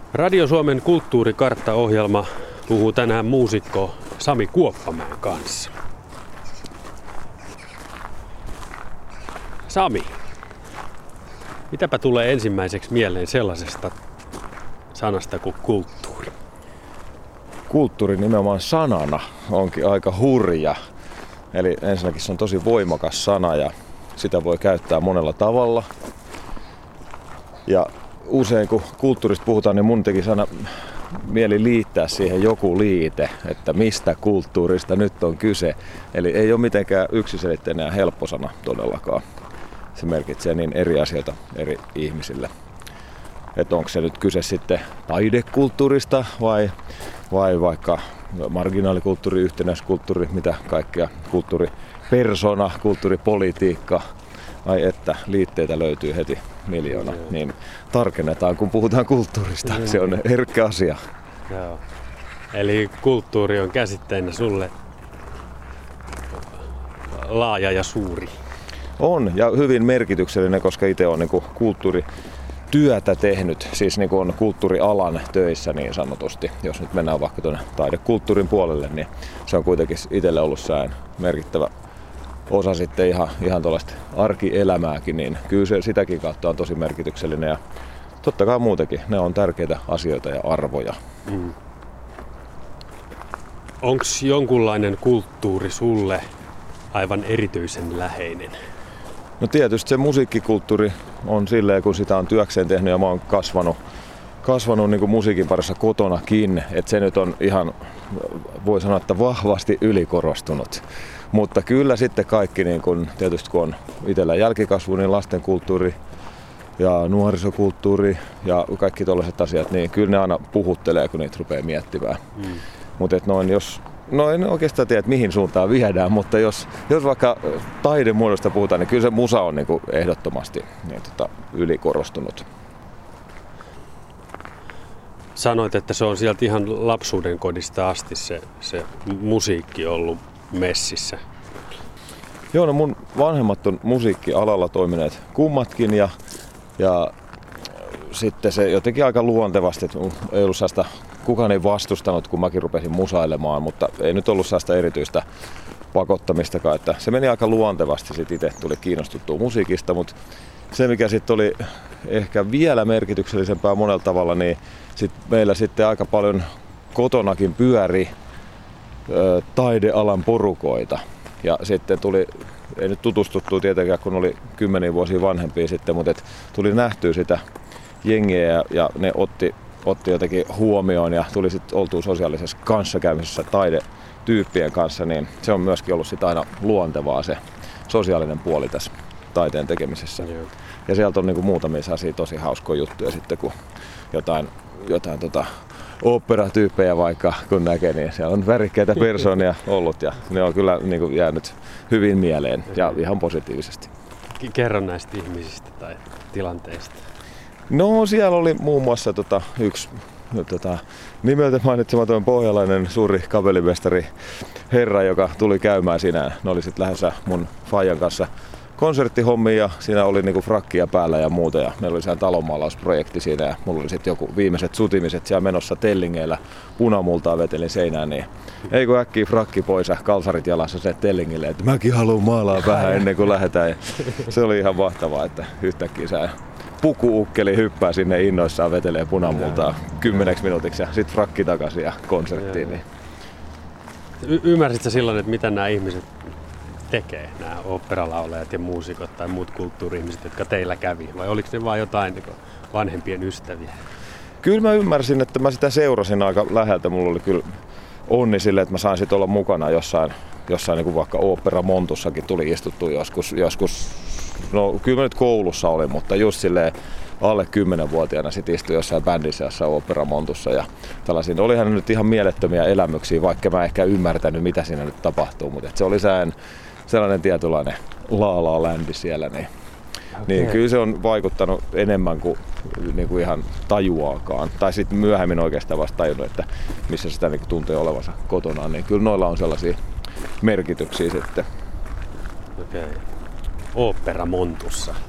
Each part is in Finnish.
Radio Suomen kulttuurikarttaohjelma puhuu tänään muusikko Sami Kuoppamäen kanssa. Sami, mitäpä tulee ensimmäiseksi mieleen sellaisesta sanasta kuin kulttuuri? Kulttuuri nimenomaan sanana onkin aika hurja. Eli ensinnäkin se on tosi voimakas sana ja sitä voi käyttää monella tavalla. Ja usein kun kulttuurista puhutaan, niin mun teki sana mieli liittää siihen joku liite, että mistä kulttuurista nyt on kyse. Eli ei ole mitenkään yksiselitteinen ja helppo sana todellakaan. Se merkitsee niin eri asioita eri ihmisille. Että onko se nyt kyse sitten taidekulttuurista vai vaikka marginaalikulttuuri, yhtenäiskulttuuri, mitä kaikkea, kulttuuripersona, kulttuuripolitiikka. Ai että, liitteitä löytyy heti miljoona, niin tarkennetaan kun puhutaan kulttuurista. Se on herkkä asia. Joo. Eli kulttuuri on käsitteenä sulle laaja ja suuri. On, ja hyvin merkityksellinen, koska itse olen niin kulttuurityötä tehnyt, siis niin on kulttuurialan töissä niin sanotusti. Jos nyt mennään vaikka tuonne taidekulttuurin puolelle, niin se on kuitenkin itselle ollut sään merkittävä osa sitten ihan tuollaista arkielämääkin, niin kyllä se sitäkin kautta on tosi merkityksellinen ja totta kai muutenkin, ne on tärkeitä asioita ja arvoja. Onko jonkunlainen kulttuuri sulle aivan erityisen läheinen? No tietysti se musiikkikulttuuri on silleen, kun sitä on työkseen tehnyt ja mä oon kasvanut niin kuin musiikin parissa kotonakin, että se nyt on ihan, voi sanoa, että vahvasti ylikorostunut. Mutta kyllä sitten kaikki, niin kun, tietysti kun on itsellä jälkikasvu, niin lastenkulttuuri ja nuorisokulttuuri ja kaikki tollaiset asiat, niin kyllä ne aina puhuttelee, kun niitä rupeaa miettimään. Mutta en oikeastaan tiedä, että mihin suuntaan viedään, mutta jos vaikka taidemuodosta puhutaan, niin kyllä se musa on niin kuin ehdottomasti niin ylikorostunut. Sanoit, että se on sieltä ihan lapsuuden kodista asti se musiikki ollut messissä. Joo, no mun vanhemmat on musiikkialalla toimineet kummatkin ja sitten se jotenkin aika luontevasti, että ei ollut sellaista, kukaan ei vastustanut, kun mäkin rupesin musailemaan, mutta ei nyt ollut sellaista erityistä pakottamistakaan, että se meni aika luontevasti, sitten itse tuli kiinnostuttua musiikista, mutta se mikä sitten oli ehkä vielä merkityksellisempää monella tavalla, niin meillä sitten aika paljon kotonakin pyöri taidealan porukoita. Ja sitten tuli, ei nyt tutustuttu tietenkään, kun oli 10 vuosia vanhempia sitten, mutta tuli nähtyä sitä jengiä ja ne otti jotenkin huomioon ja tuli sitten oltua sosiaalisessa kanssakäymisessä taidetyyppien kanssa, niin se on myöskin ollut sitten aina luontevaa se sosiaalinen puoli tässä taiteen tekemisessä. Ja sieltä on niinku muutamia sellaisia tosi hauskoja juttuja sitten, kun jotain oopperatyyppejä vaikka kun näkee, niin siellä on värikkäitä persoonia ollut ja ne on kyllä niin kuin jäänyt hyvin mieleen ja ihan positiivisesti. Kerro näistä ihmisistä tai tilanteista. No siellä oli muun muassa yksi nimeltä mainitsematon pohjalainen suuri kapellimestari herra, joka tuli käymään siinä. Ne oli sitten lähdössä mun faijan kanssa konserttihommiin ja siinä oli niinku frakkia päällä ja muuta ja meillä oli siellä talonmaalausprojekti siinä ja mulla oli sitten joku viimeiset sutimiset siellä menossa tellingeillä punamultaa vetelin seinään, niin ei kun äkkiä frakki pois ja kalsarit jalassa se tellingille, että mäkin haluan maalaa vähän ennen kuin lähdetään ja se oli ihan mahtavaa, että yhtäkkiä se puku-ukkeli hyppää sinne innoissaan vetelee punamultaa 10 minuutiksi ja sitten frakki takaisin ja konserttiin. Niin. Ymmärsitkö silloin, että mitä nämä ihmiset tekee, nämä oopperalaulajat ja muusikot tai muut kulttuuri-ihmiset, jotka teillä kävi? Vai oliko ne vain jotain vanhempien ystäviä? Kyllä mä ymmärsin, että mä sitä seurasin aika läheltä. Mulla oli kyllä onni sille, että mä sain sit olla mukana jossain niin kuin vaikka Ooppera Montussakin tuli istuttua joskus. No kyllä mä nyt koulussa olin, mutta just silleen alle 10-vuotiaana sit istui jossain bändissä jossain Ooppera Montussa ja tällaisia. Olihan nyt ihan mielettömiä elämyksiä, vaikka mä ehkä ymmärtänyt mitä siinä nyt tapahtuu, mutta se oli sellainen tietynlainen la-la-ländi siellä, niin kyllä se on vaikuttanut enemmän kuin niinku ihan tajuaakaan. Tai sitten myöhemmin oikeastaan vasta tajunnut, että missä sitä niinku tuntee olevansa kotonaan, niin kyllä noilla on sellaisia merkityksiä sitten. Okei. Ooppera Montussa.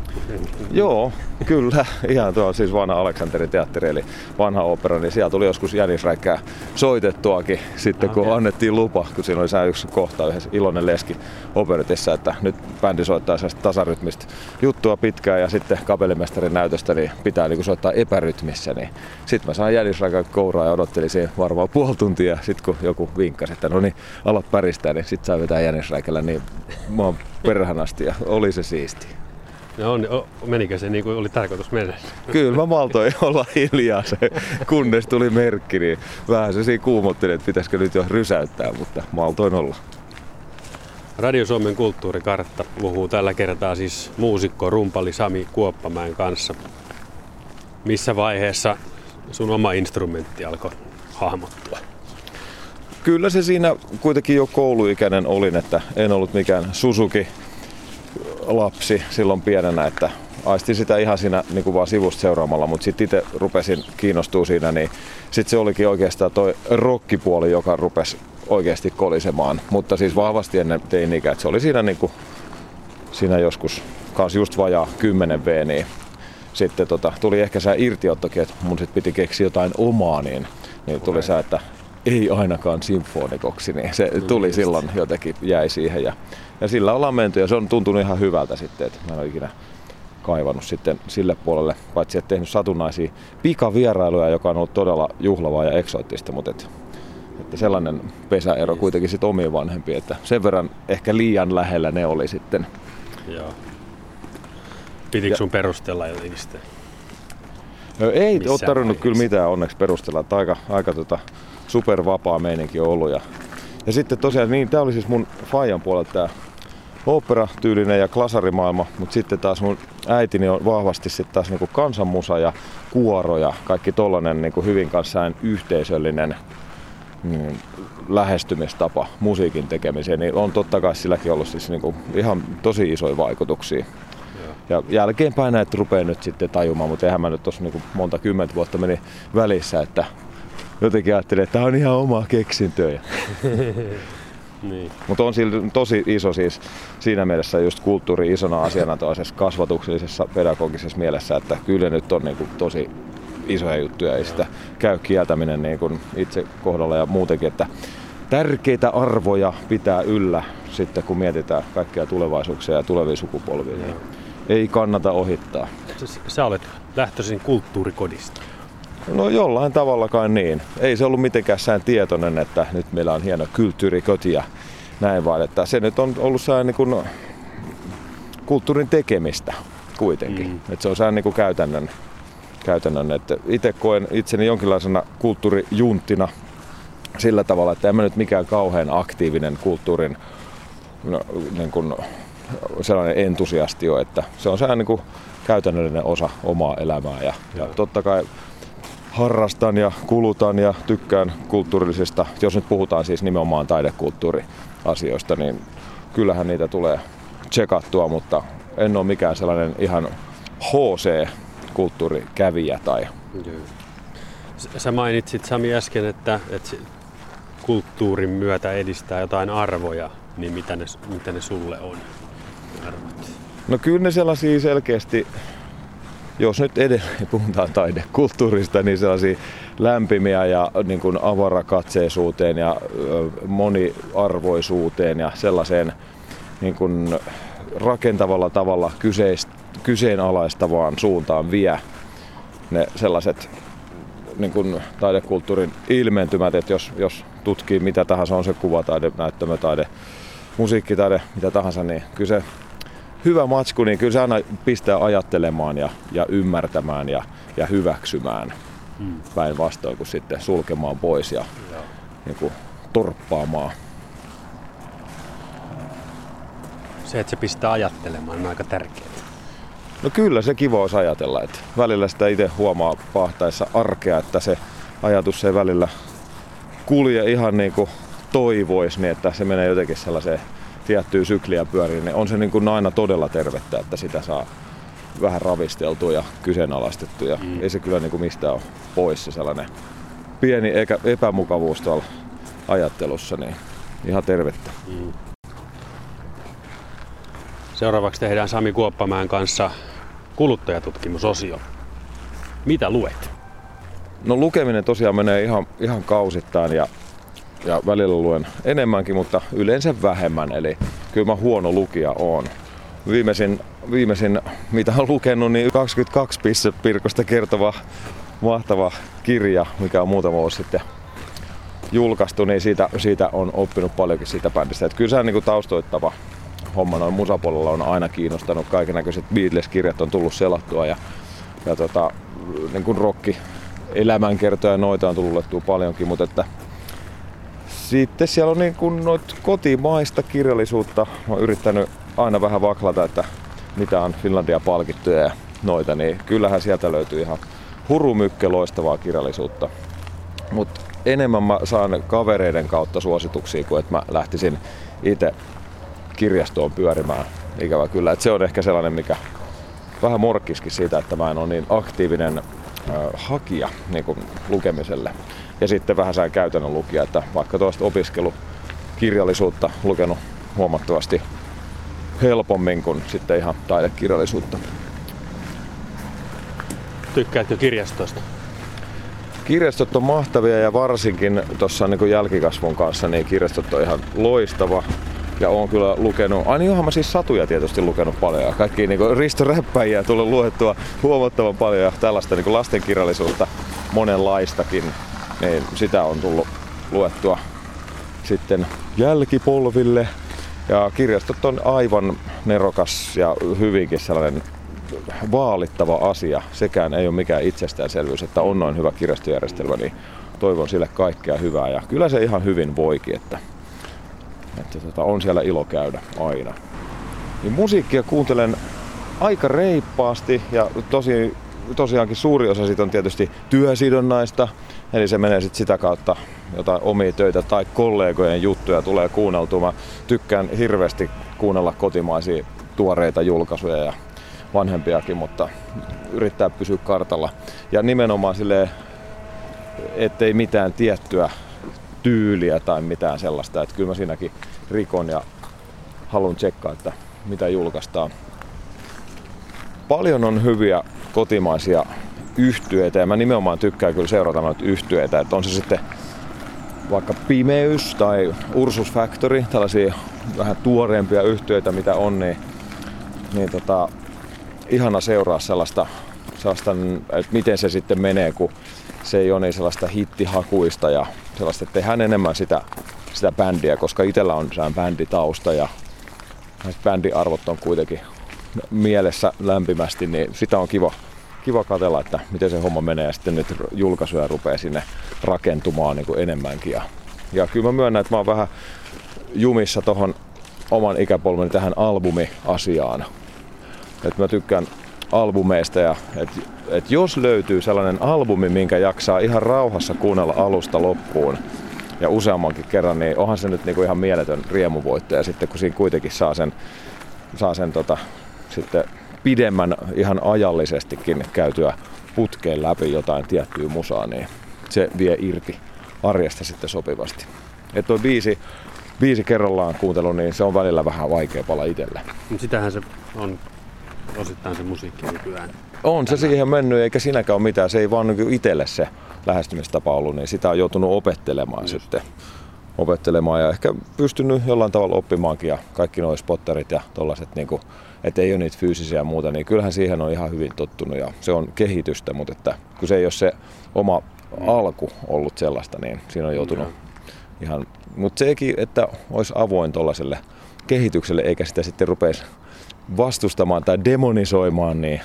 Joo, kyllä. Ihan tuo siis vanha Aleksanterin teatteri, eli vanha opera, niin siellä tuli joskus jänisräikkää soitettuakin sitten, kun annettiin lupa, kun siinä oli yksi kohta yhdessä Iloinen Leski operetissa, että nyt bändi soittaa sellaista tasarytmistä juttua pitkään ja sitten kapellimestarin näytöstä niin pitää niin soittaa epärytmissä, niin sitten mä sain jänisräikän kouraa ja odottelin siihen varmaan puoli tuntia, sitten kun joku vinkkasi, että no niin, ala päristää, niin sitten saa vetää jänisräikällä, niin mä oon perhänasti ja oli se siisti. No menikö se niin kuin oli tarkoitus mennä? Kyllä mä maltoin olla hiljaa se, kunnes tuli merkki, niin vähän se siinä kuumotteli, että pitäisikö nyt jo rysäyttää, mutta maltoin olla. Radio Suomen kulttuurikartta puhuu tällä kertaa siis muusikko rumpali Sami Kuoppamäen kanssa. Missä vaiheessa sun oma instrumentti alkoi hahmottua? Kyllä se siinä kuitenkin jo kouluikäinen olin, että en ollut mikään Suzuki-lapsi silloin pienenä, että aistin sitä ihan siinä niin kuin vaan sivusta seuraamalla, mutta sitten itse rupesin kiinnostua siinä, niin sitten se olikin oikeastaan toi rockipuoli, joka rupesi oikeasti kolisemaan, mutta siis vahvasti ennen teini-ikää, että se oli siinä, niin kuin, siinä joskus kans just vajaa 10 V, niin sitten tuli ehkä se irtiottokin, että mun sit piti keksiä jotain omaa, niin tuli se, että ei ainakaan symfonikoksi, niin se tuli silloin jotenkin, jäi siihen ja sillä ollaan menty ja se on tuntunut ihan hyvältä sitten, että mä en ole ikinä kaivannut sitten sille puolelle, paitsi että tehnyt satunnaisia pikavierailuja, joka on ollut todella juhlavaa ja eksoottista, mutta että sellainen pesäero kuitenkin sitten omiin vanhempiin, että sen verran ehkä liian lähellä ne oli sitten. Joo. Pitikö sun perustella jotenkin sitten? Ei ole tarvinnut kyllä mitään onneksi perustella, että aika supervapaa meininki on ollut. Ja sitten tosiaan, niin tää oli siis mun faijan puolelta tää oopperatyylinen ja klasarimaailma, mutta sitten taas mun äitini on vahvasti sitten taas niinku kansanmusa ja kuoro ja kaikki tollanen niinku hyvin kanssaan yhteisöllinen lähestymistapa musiikin tekemiseen, niin on totta kai silläkin ollut siis niinku ihan tosi isoja vaikutuksia. Ja jälkeenpäin näitä rupeaa nyt sitten tajumaan, mutta eihän mä nyt tossa niinku monta kymmentä vuotta meni välissä, että jotenkin ajattelin, että tää on ihan omaa keksintöä. Niin. Mutta on tosi iso siis siinä mielessä just kulttuuri isona asiana toisessa kasvatuksellisessa pedagogisessa mielessä, että kyllä nyt on niinku tosi isoja juttuja, ei sitä käy kieltäminen niinku itse kohdalla ja muutenkin, että tärkeitä arvoja pitää yllä sitten kun mietitään kaikkia tulevaisuuksia ja tulevia sukupolvia. Niin ei kannata ohittaa. Sä olet lähtöisin kulttuurikodista. No jollain tavalla kai niin. Ei se ollut mitenkään tietoinen, että nyt meillä on hieno kulttuurikoti ja näin vaan. Että se nyt on ollut sellainen niin kuin kulttuurin tekemistä kuitenkin. Että se on sellainen niin kuin käytännön. Että itse koen itseni jonkinlaisena kulttuurijunttina sillä tavalla, että en mä nyt mikään kauhean aktiivinen kulttuurin niin kuin sellainen entusiasti ole, että se on sellainen niin kuin käytännöllinen osa omaa elämää ja totta kai harrastan ja kulutan ja tykkään kulttuurillisista, jos nyt puhutaan siis nimenomaan taidekulttuuriasioista, niin kyllähän niitä tulee tsekattua, mutta en ole mikään sellainen ihan HC-kulttuurikävijä tai... Sä mainitsit Sami äsken, että kulttuurin myötä edistää jotain arvoja, niin mitä ne sulle on? Arvot. No kyllä ne sellaisia selkeästi, jos nyt edelleen puhutaan taidekulttuurista, niin sellaisia lämpimiä ja niin kuin avarakatseisuuteen ja moniarvoisuuteen ja sellaiseen niin kuin rakentavalla tavalla kyseenalaistavaan suuntaan vie ne sellaiset niin kuin taidekulttuurin ilmentymät, että jos tutkii mitä tahansa on se kuvataide, näyttämötaide, musiikkitaide, mitä tahansa, niin kyllä se hyvä matsku, niin kyllä se aina pistää ajattelemaan ja ymmärtämään ja hyväksymään päinvastoin kuin sitten sulkemaan pois ja niin kuin torppaamaan. Se, että se pistää ajattelemaan, on aika tärkeää. No kyllä se kiva olisi ajatella, että välillä sitä itse huomaa pahtaessa arkea, että se ajatus ei välillä kulje ihan niin kuin toivoisi, niin että se menee jotenkin sellaiseen tiettyyn sykliä pyöriin, niin on se niin kuin aina todella tervettä, että sitä saa vähän ravisteltua ja kyseenalaistettua. Ja ei se kyllä niin kuin mistään ole pois se sellainen pieni epämukavuus tuolla ajattelussa, niin ihan tervettä. Seuraavaksi tehdään Sami Kuoppamäen kanssa kuluttajatutkimusosio. Mitä luet? No lukeminen tosiaan menee ihan kausittain ja välillä luen enemmänkin, mutta yleensä vähemmän. Eli kyllä mä huono lukija oon. Viimeisin mitä olen lukenut, niin 22 pissepirkosta kertova mahtava kirja, mikä on muutama vuosi sitten julkaistu, niin siitä on oppinut paljonkin siitä bändistä. Että kyllä sehän niin kuin taustoittava homma noin musapuolella on aina kiinnostanut. Kaikennäköiset Beatles-kirjat on tullut selattua ja niin kuin rock-elämänkertoja noita on tullut luettua paljonkin, mutta että sitten siellä on niin kuin noita kotimaista kirjallisuutta. Mä oon yrittänyt aina vähän vaklata, että mitä on Finlandia palkittuja ja noita, niin kyllähän sieltä löytyy ihan hurumykke loistavaa kirjallisuutta. Mutta enemmän mä saan kavereiden kautta suosituksia kuin että mä lähtisin itse kirjastoon pyörimään. Ikävä kyllä. Et se on ehkä sellainen, mikä vähän morkkiskin siitä, että mä en ole niin aktiivinen hakija niin kuin lukemiselle. Ja sitten vähän sään käytännön lukija, että vaikka tuosta opiskelukirjallisuutta lukenut huomattavasti helpommin kuin sitten ihan taidekirjallisuutta. Tykkäätkö kirjastosta? Kirjastot on mahtavia ja varsinkin tuossa niin jälkikasvun kanssa niin kirjastot on ihan loistava. Ja oon kyllä lukenut, johan mä siis satuja tietysti lukenut paljon ja kaikkia niin Risto Räppäjiä tullut luettua huomattavan paljon ja tällaista niin lastenkirjallisuutta monenlaistakin, niin sitä on tullut luettua sitten jälkipolville. Ja kirjastot on aivan nerokas ja hyvinkin sellainen vaalittava asia. Sekään ei ole mikään itsestäänselvyys, että on noin hyvä kirjastojärjestelmä, niin toivon sille kaikkea hyvää ja kyllä se ihan hyvin voikin, että on siellä ilo käydä aina. Niin musiikkia kuuntelen aika reippaasti ja tosiaankin suuri osa siitä on tietysti työsidonnaista. Eli se menee sit sitä kautta jotain omia töitä tai kollegojen juttuja tulee kuunneltua. Mä tykkään hirveästi kuunnella kotimaisia tuoreita julkaisuja ja vanhempiakin, mutta yrittää pysyä kartalla. Ja nimenomaan silleen, ettei mitään tiettyä tyyliä tai mitään sellaista. Että kyllä mä siinäkin rikon ja haluan tsekkaa, että mitä julkaistaan. Paljon on hyviä kotimaisia yhtyeitä ja mä nimenomaan tykkään kyllä seurata noita yhtyeitä. Että on se sitten vaikka Pimeys tai Ursus Factory, tällaisia vähän tuoreempia yhtyeitä mitä on, niin ihana seuraa sellaista, että miten se sitten menee, kun se ei ole niin sellaista hittihakuista ja sellaista, että tehdään enemmän sitä bändiä, koska itsellä on sellainen bänditausta ja bändiarvot on kuitenkin mielessä lämpimästi, niin sitä on kiva katsella, että miten se homma menee ja sitten nyt julkaisuja rupeaa sinne rakentumaan niin kuin enemmänkin. Ja kyllä mä myönnän, että mä oon vähän jumissa tohon oman ikäpolveni tähän albumiasiaan. Että mä tykkään albumeista ja että jos löytyy sellainen albumi, minkä jaksaa ihan rauhassa kuunnella alusta loppuun ja useammankin kerran, niin onhan se nyt niinku ihan mieletön riemuvoitto. Ja sitten kun siinä kuitenkin saa sen sitten pidemmän ihan ajallisestikin käytyä putkeen läpi jotain tiettyä musaa, niin se vie irti arjesta sitten sopivasti. Että toi biisi kerrallaan kuuntelu, niin se on välillä vähän vaikea pala itselle. Sitähän se on osittain se musiikki nykyään. On se siihen mennyt, eikä siinäkään ole mitään. Se ei vaan niin itselle se lähestymistapa ollut, niin sitä on joutunut opettelemaan sitten. Opettelemaan ja ehkä pystynyt jollain tavalla oppimaankin ja kaikki nuo spotterit ja tollaiset, niin että ei ole niitä fyysisiä ja muuta, niin kyllähän siihen on ihan hyvin tottunut ja se on kehitystä, mutta että kun se ei ole se oma alku ollut sellaista, niin siinä on joutunut ihan. Mutta sekin, että olisi avoin tollaiselle kehitykselle eikä sitä sitten rupeisi vastustamaan tai demonisoimaan, niin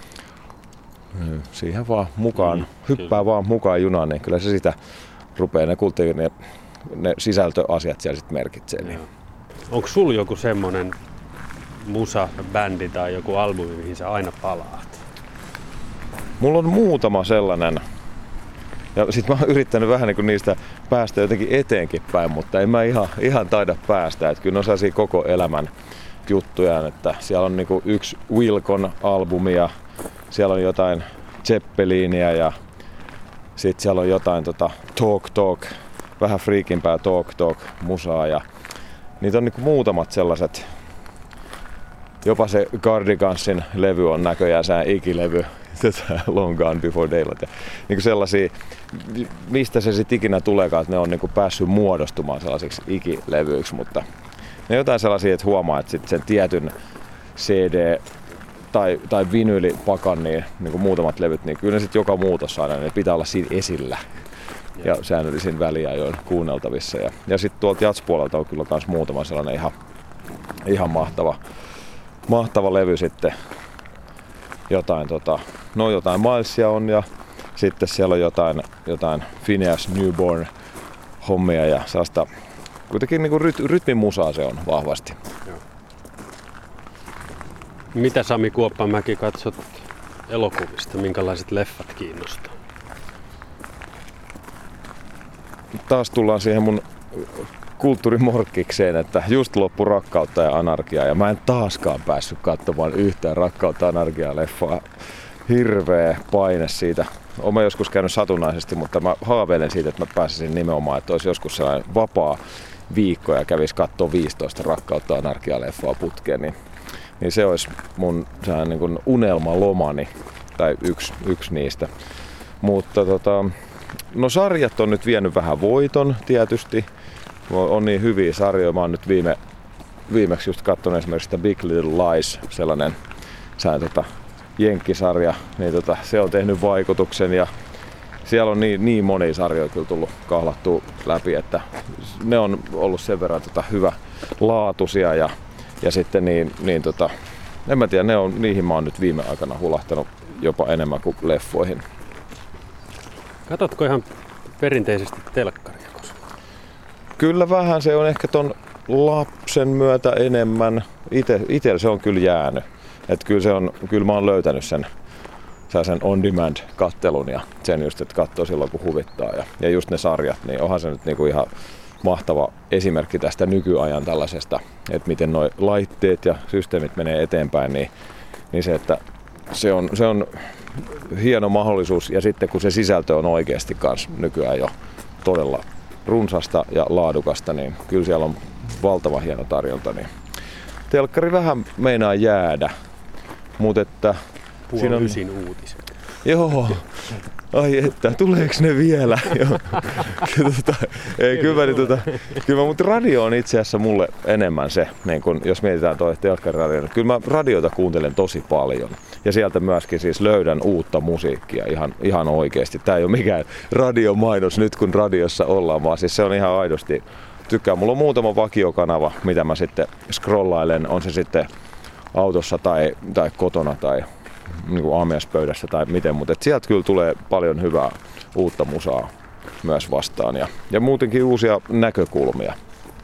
siihen vaan mukaan, hyppää vaan mukaan junaan, niin kyllä se sitä rupeaa ne sisältöasiat siellä sitten merkitsee. Niin. Onko sulla joku semmonen musa, bändi tai joku albumi, mihin sä aina palaat? Mulla on muutama sellainen. Ja sit mä oon yrittänyt vähän niin kuin niistä päästä jotenkin eteenkin päin, mutta en mä ihan taida päästä. Että kyllä ne on sellaisia koko elämän juttuja, että siellä on niin kuin yksi Wilcon albumi ja siellä on jotain Zeppelinia ja sit siellä on jotain Talk, vähän friikimpää Talk musaa ja niitä on niin kuin muutamat sellaiset jopa se Cardigansin levy on näköjään sään ikilevy, Long Gone Before Daylight. Ja niin sellaisia, mistä se sitten ikinä tuleekaan, että ne on niin päässyt muodostumaan sellaisiksi ikilevyiksi, mutta ne jotain sellaisia, että huomaa, että sit sen tietyn CD tai vinyylipakan, niin kuin muutamat levyt, niin kyllä ne sitten joka muutossa aina, ne pitää olla siinä esillä ja säännöllisin väliajoin kuunneltavissa. Ja sitten tuolta Jats-puolelta on kyllä myös muutama sellainen ihan mahtava levy sitten. Jotain Milesia on ja sitten siellä on jotain Phineas Newborn hommia ja sellaista kuitenkin niin kuin rytmimusaa se on vahvasti. Joo. Mitä Sami Kuoppamäki katsot elokuvista? Minkälaiset leffat kiinnostaa? Taas tullaan siihen mun kulttuurimorkkikseen, että just loppu Rakkautta ja anarkiaa ja mä en taaskaan päässyt katsomaan yhtään Rakkautta ja anarkiaa leffaa. Hirveä paine siitä. Olen joskus käynyt satunnaisesti, mutta mä haaveilen siitä, että mä pääsisin nimenomaan, että olisi joskus sellainen vapaa viikko ja kävisi katsoa 15 Rakkautta ja anarkiaa leffaa putkeen, niin se olisi mun niin kuin unelmalomani tai yksi niistä. Mutta no sarjat on nyt vienyt vähän voiton tietysti. On niin hyviä sarjoja. Mä oon nyt viimeksi just katsonut esimerkiksi sitä Big Little Lies, sellainen jenkkisarja, niin se on tehnyt vaikutuksen ja siellä on niin monia sarjoja kyllä tullut kahlattua läpi, että ne on ollut sen verran hyvä laatuisia ja sitten en mä tiedä, niihin mä oon nyt viime aikana hulahtanut jopa enemmän kuin leffoihin. Katsotko ihan perinteisesti telkkaria koskaan? Kyllä vähän, se on ehkä ton lapsen myötä enemmän. Itellä se on kyllä jäänyt. Että kyllä mä oon löytänyt sen on-demand-kattelun ja sen just, että katsoo silloin kun huvittaa. Ja just ne sarjat, niin onhan se nyt niinku ihan mahtava esimerkki tästä nykyajan tällaisesta, että miten nuo laitteet ja systeemit menee eteenpäin, niin se, että se on hieno mahdollisuus ja sitten kun se sisältö on oikeasti kans nykyään jo todella runsasta ja laadukasta, niin kyllä siellä on valtava hieno tarjonta. Niin telkkari vähän meinaa jäädä, mutta että siinä on 9 uutiset. Joo. Ai että, tuleeko ne vielä? Mutta radio on itse asiassa mulle enemmän se, niin kun, jos mietitään toi telkkariradio. Kyllä mä radiota kuuntelen tosi paljon. Ja sieltä myöskin siis löydän uutta musiikkia ihan oikeasti. Tää ei ole mikään radiomainos nyt kun radiossa ollaan, vaan siis se on ihan aidosti tykkään. Mulla on muutama vakiokanava, mitä mä sitten scrollailen, on se sitten autossa tai kotona tai niin aamiaispöydässä tai miten, mutta sieltä kyllä tulee paljon hyvää uutta musaa myös vastaan ja muutenkin uusia näkökulmia.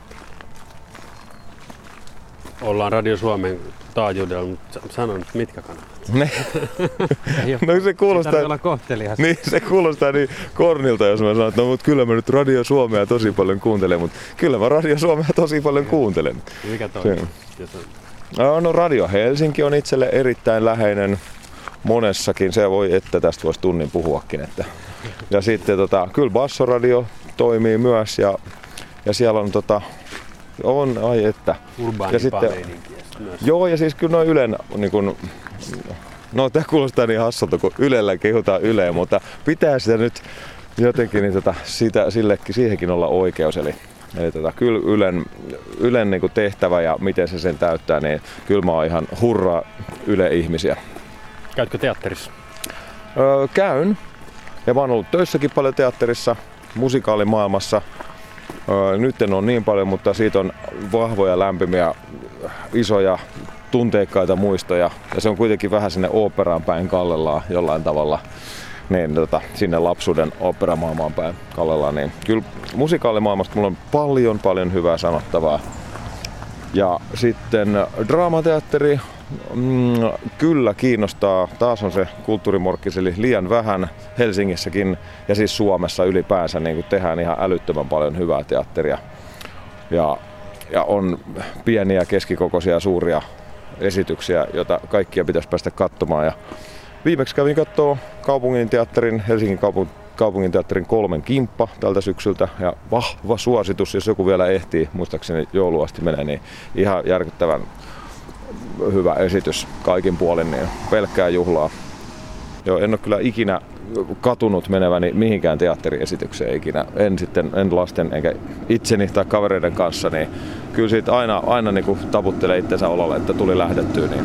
Ollaan Radio Suomen taajuudella, mutta sano nyt mitkä kanavat. No se kuulostaa, olla kohtelias. Niin, se kuulostaa niin kornilta, jos mä sanon, että mutta kyllä mä nyt Radio Suomea tosi paljon kuuntelen, mutta kyllä mä Radio Suomea tosi paljon kuuntelen. Mikä toi? No Radio Helsinki on itselle erittäin läheinen monessakin, se voi, että tästä voisi tunnin puhuakin. Ja sitten kyllä Bassoradio toimii myös ja siellä on ai että. Urbaanipaa meininkiä myös. Joo, ja siis kyllä noin Ylen, niin kun, no tää kuulostaa niin hassulta, kun Ylellä kehutaan Yleen, mutta pitää sitä nyt jotenkin siihenkin olla oikeus. Eli kyllä Ylen niin kuin tehtävä ja miten se sen täyttää, niin kyllä mä oon ihan hurraa Yle-ihmisiä. Käytkö teatterissa? Käyn. Ja mä oon ollut töissäkin paljon teatterissa, musikaalimaailmassa. Nyt en ole niin paljon, mutta siitä on vahvoja, lämpimiä, isoja, tunteikkaita muistoja. Ja se on kuitenkin vähän sinne oopperaan päin kallellaan jollain tavalla. Niin, sinne lapsuuden oopperamaailmaan päin kallellaan. Niin kyllä musikaalimaailmasta mulla on paljon hyvää sanottavaa. Ja sitten draamateatteri kyllä kiinnostaa. Taas on se kulttuurimorkkis, eli liian vähän Helsingissäkin ja siis Suomessa ylipäänsä niin tehdään ihan älyttömän paljon hyvää teatteria. Ja on pieniä, keskikokoisia ja suuria esityksiä, joita kaikkia pitäisi päästä katsomaan. Ja viimeksi kävin katsoa Helsingin kaupunginteatterin 3 kimppa tältä syksyltä ja vahva suositus, jos joku vielä ehtii, muistaakseni jouluun asti menee, niin ihan järkyttävän hyvä esitys kaikin puolin, niin pelkkää juhlaa. Joo, en ole kyllä ikinä katunut meneväni mihinkään teatteriesitykseen ikinä. En lasten enkä itseni tai kavereiden kanssa, niin kyllä siitä aina niin kuin taputtelee itsensä ololle, että tuli lähdettyä. Niin.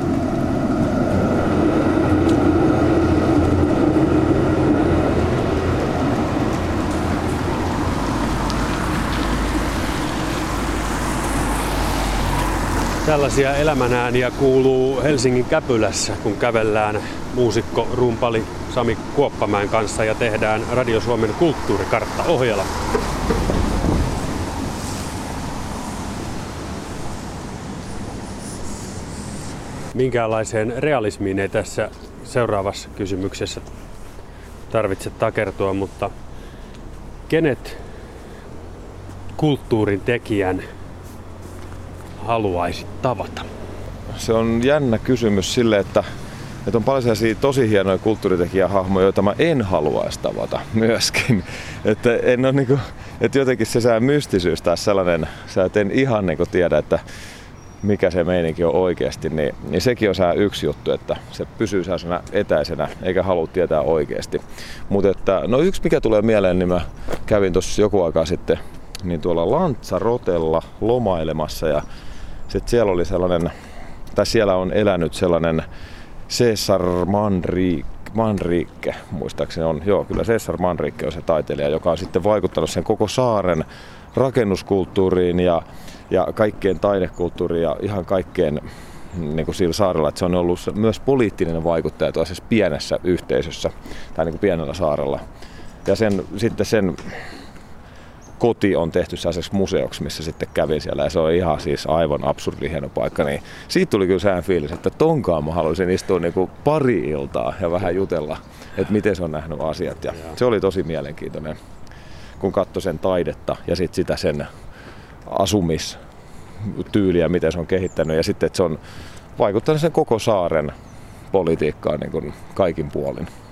Tällaisia elämänääniä kuuluu Helsingin Käpylässä, kun kävellään muusikko rumpali Sami Kuoppamäen kanssa ja tehdään Radio Suomen kulttuurikartta-ohjelma. Minkäänlaiseen realismiin ei tässä seuraavassa kysymyksessä tarvitse takertua, mutta kenet kulttuurin tekijän haluaisit tavata? Se on jännä kysymys sille, että on paljon sellaisia tosi hienoja kulttuuritekijähahmoja, joita mä en haluaisi tavata myöskin. Että en ole niinku, että jotenkin se mystisyys tai sellainen, sä en ihan niinku tiedä, että mikä se meininki on oikeasti, niin sekin on yksi juttu, että se pysyy sellaisena etäisenä eikä halua tietää oikeasti. Mutta että, no yksi mikä tulee mieleen, niin mä kävin tuossa joku aikaa sitten niin tuolla Lanzarotella lomailemassa ja sitten siellä oli sellainen, tai siellä on elänyt sellainen César Manrique, muistaakseni on, joo kyllä César Manrique on se taiteilija, joka on sitten vaikuttanut sen koko saaren rakennuskulttuuriin ja kaikkeen taidekulttuuriin ja ihan kaikkeen niin kuin sillä saarella, että se on ollut myös poliittinen vaikuttaja tuossa pienessä yhteisössä tai niin kuin pienellä saarella. Ja sitten sen koti on tehty sellaiseksi museoksi, missä sitten kävin siellä ja se on ihan siis aivan absurdi hieno paikka. Niin siitä tuli kyllä sehän fiilis, että tonkaan mä haluaisin istua niin kuin pari iltaa ja vähän jutella, että miten se on nähnyt asiat. Ja se oli tosi mielenkiintoinen, kun katsoi sen taidetta ja sitten sitä sen asumistyyliä, miten se on kehittänyt ja sitten, että se on vaikuttanut sen koko saaren politiikkaan niin kuin kaikin puolin.